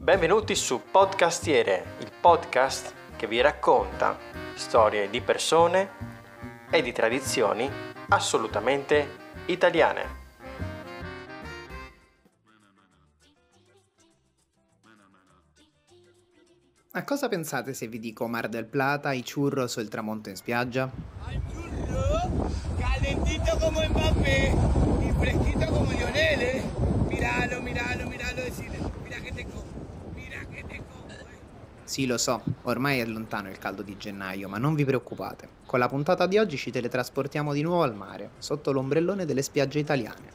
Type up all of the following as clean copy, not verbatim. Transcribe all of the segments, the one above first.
Benvenuti su Podcastiere, il podcast che vi racconta storie di persone e di tradizioni assolutamente italiane. A cosa pensate se vi dico Mar del Plata, i churros o il tramonto in spiaggia? Al churro, calentito como Mbappé y fresquito como Lionel, ¿eh? Míralo, decirle, mira que te como, Sì, lo so, ormai è lontano il caldo di gennaio, ma non vi preoccupate. Con la puntata di oggi ci teletrasportiamo di nuovo al mare, sotto l'ombrellone delle spiagge italiane.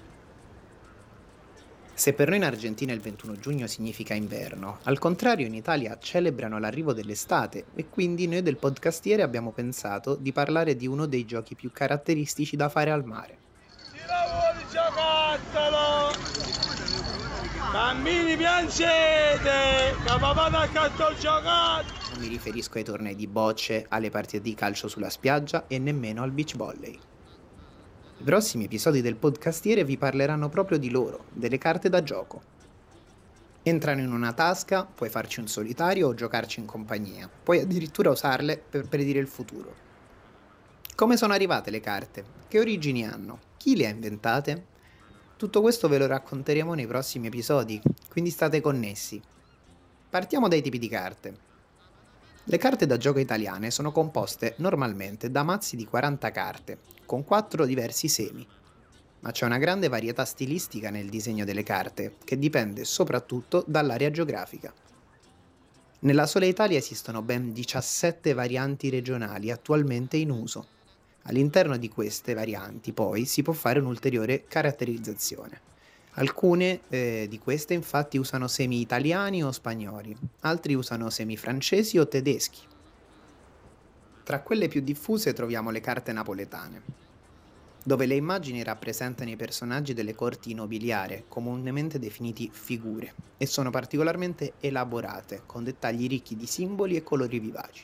Se per noi in Argentina il 21 giugno significa inverno, al contrario in Italia celebrano l'arrivo dell'estate e quindi noi del podcastiere abbiamo pensato di parlare di uno dei giochi più caratteristici da fare al mare. Tira fuori il giocattolo! Bambini piangete! Che papà da accanto il giocattolo! Non mi riferisco ai tornei di bocce, alle partite di calcio sulla spiaggia e nemmeno al beach volley. I prossimi episodi del podcastiere vi parleranno proprio di loro, delle carte da gioco. Entrano in una tasca, puoi farci un solitario o giocarci in compagnia, puoi addirittura usarle per predire il futuro. Come sono arrivate le carte? Che origini hanno? Chi le ha inventate? Tutto questo ve lo racconteremo nei prossimi episodi, quindi state connessi. Partiamo dai tipi di carte. Le carte da gioco italiane sono composte normalmente da mazzi di 40 carte, con 4 diversi semi. Ma c'è una grande varietà stilistica nel disegno delle carte, che dipende soprattutto dall'area geografica. Nella sola Italia esistono ben 17 varianti regionali attualmente in uso. All'interno di queste varianti, poi, si può fare un'ulteriore caratterizzazione. Alcune di queste infatti usano semi italiani o spagnoli, altri usano semi francesi o tedeschi. Tra quelle più diffuse troviamo le carte napoletane, dove le immagini rappresentano i personaggi delle corti nobiliari, comunemente definiti figure, e sono particolarmente elaborate, con dettagli ricchi di simboli e colori vivaci.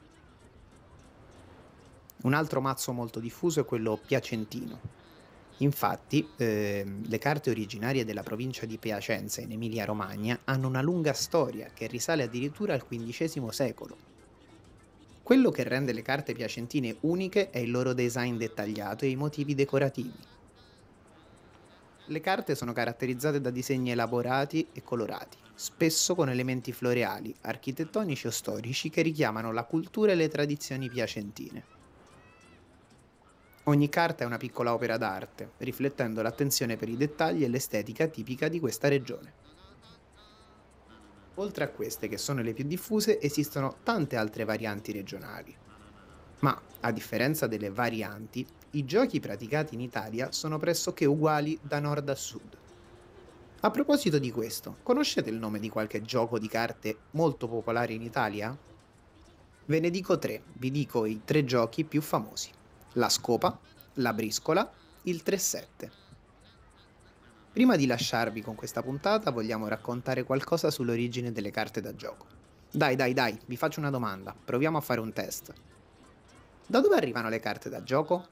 Un altro mazzo molto diffuso è quello piacentino. Infatti, le carte originarie della provincia di Piacenza in Emilia-Romagna hanno una lunga storia che risale addirittura al XV secolo. Quello che rende le carte piacentine uniche è il loro design dettagliato e i motivi decorativi. Le carte sono caratterizzate da disegni elaborati e colorati, spesso con elementi floreali, architettonici o storici che richiamano la cultura e le tradizioni piacentine. Ogni carta è una piccola opera d'arte, riflettendo l'attenzione per i dettagli e l'estetica tipica di questa regione. Oltre a queste, che sono le più diffuse, esistono tante altre varianti regionali. Ma, a differenza delle varianti, i giochi praticati in Italia sono pressoché uguali da nord a sud. A proposito di questo, conoscete il nome di qualche gioco di carte molto popolare in Italia? Ve ne dico 3, vi dico i 3 giochi più famosi. La scopa, la briscola, il 3-7. Prima di lasciarvi con questa puntata vogliamo raccontare qualcosa sull'origine delle carte da gioco. Dai, vi faccio una domanda, proviamo a fare un test. Da dove arrivano le carte da gioco?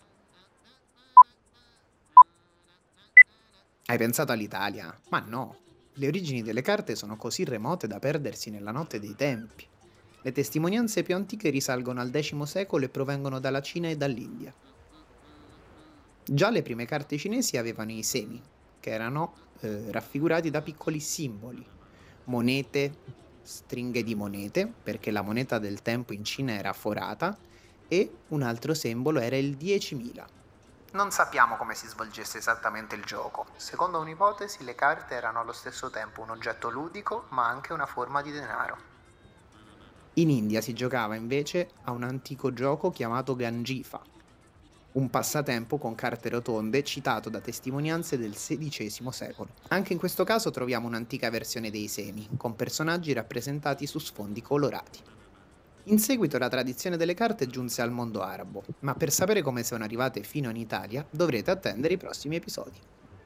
Hai pensato all'Italia? Ma no, le origini delle carte sono così remote da perdersi nella notte dei tempi. Le testimonianze più antiche risalgono al X secolo e provengono dalla Cina e dall'India. Già le prime carte cinesi avevano i semi, che erano raffigurati da piccoli simboli, monete, stringhe di monete, perché la moneta del tempo in Cina era forata, e un altro simbolo era il 10.000. Non sappiamo come si svolgesse esattamente il gioco. Secondo un'ipotesi, le carte erano allo stesso tempo un oggetto ludico, ma anche una forma di denaro. In India si giocava invece a un antico gioco chiamato Gangifa, un passatempo con carte rotonde citato da testimonianze del XVI secolo. Anche in questo caso troviamo un'antica versione dei semi, con personaggi rappresentati su sfondi colorati. In seguito la tradizione delle carte giunse al mondo arabo, ma per sapere come sono arrivate fino in Italia dovrete attendere i prossimi episodi.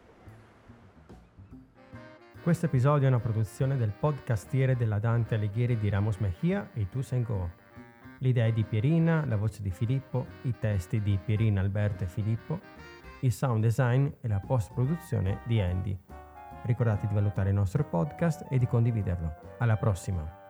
Questo episodio è una produzione del podcastiere della Dante Alighieri di Ramos Mejia e Tu&Go. L'idea è di Pierina, la voce di Filippo, i testi di Pierina, Alberto e Filippo, il sound design e la post-produzione di Andy. Ricordate di valutare il nostro podcast e di condividerlo. Alla prossima!